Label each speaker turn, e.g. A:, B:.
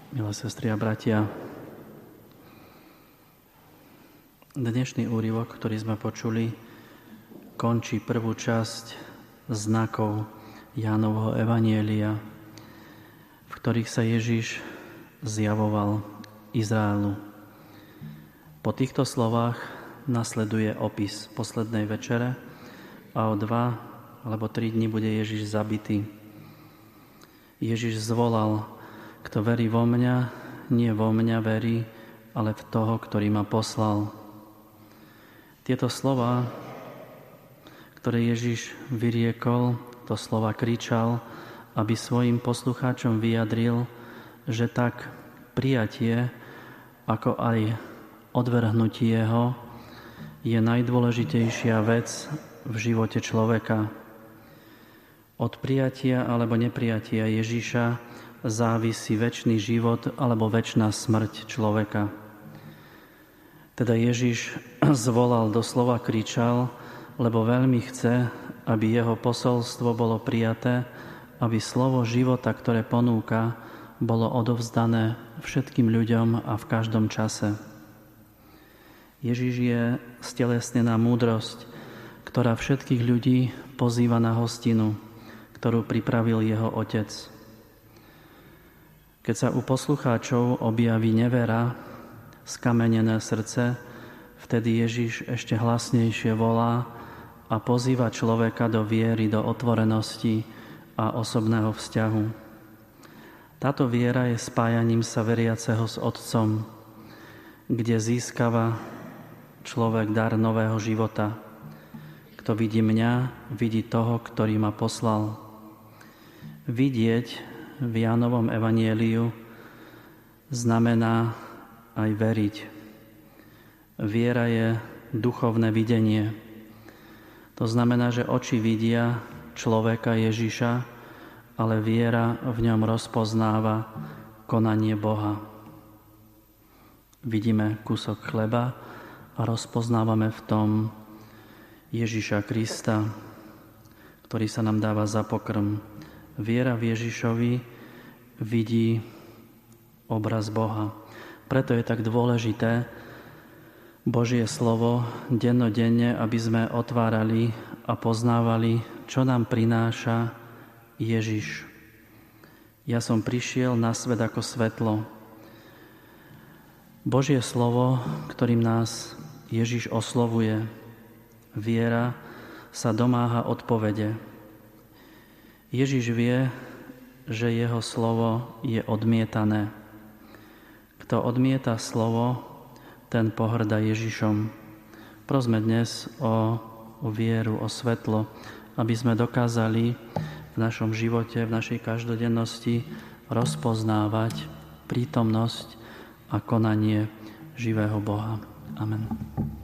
A: Milé sestry a bratia, dnešný úryvok, ktorý sme počuli, končí prvú časť znakov Jánovho evanjelia, v ktorých sa Ježiš zjavoval Izraelu. Po týchto slovách nasleduje opis poslednej večere a o 2 alebo 3 dni bude Ježiš zabitý. Ježiš zvolal: kto verí vo mňa, nie vo mňa verí, ale v toho, ktorý ma poslal. Tieto slova, ktoré Ježiš vyriekol, to slova kričal, aby svojim poslucháčom vyjadril, že tak prijatie, ako aj odvrhnutie jeho, je najdôležitejšia vec v živote človeka. Od prijatia alebo neprijatia Ježiša závisí večný život alebo večná smrť človeka. Teda Ježiš zvolal, doslova kričal, lebo veľmi chce, aby jeho posolstvo bolo prijaté, aby slovo života, ktoré ponúka, bolo odovzdané všetkým ľuďom a v každom čase. Ježiš je stelesnená múdrosť, ktorá všetkých ľudí pozýva na hostinu, ktorú pripravil jeho Otec. Keď sa u poslucháčov objaví nevera, skamenené srdce, vtedy Ježiš ešte hlasnejšie volá a pozýva človeka do viery, do otvorenosti a osobného vzťahu. Táto viera je spájaním sa veriaceho s Otcom, kde získava človek dar nového života. Kto vidí mňa, vidí toho, ktorý ma poslal. Vidieť v Jánovom evanjeliu znamená aj veriť. Viera je duchovné videnie. To znamená, že oči vidia človeka Ježiša, ale viera v ňom rozpoznáva konanie Boha. Vidíme kúsok chleba a rozpoznávame v tom Ježiša Krista, ktorý sa nám dáva za pokrm. Viera v Ježišovi vidí obraz Boha. Preto je tak dôležité Božie slovo dennodenne, aby sme otvárali a poznávali, čo nám prináša Ježiš. Ja som prišiel na svet ako svetlo. Božie slovo, ktorým nás Ježiš oslovuje, viera, sa domáha odpovede. Ježiš vie, že jeho slovo je odmietané. Kto odmieta slovo, ten pohŕda Ježišom. Prosme dnes o vieru, o svetlo, aby sme dokázali v našom živote, v našej každodennosti rozpoznávať prítomnosť a konanie živého Boha. Amen.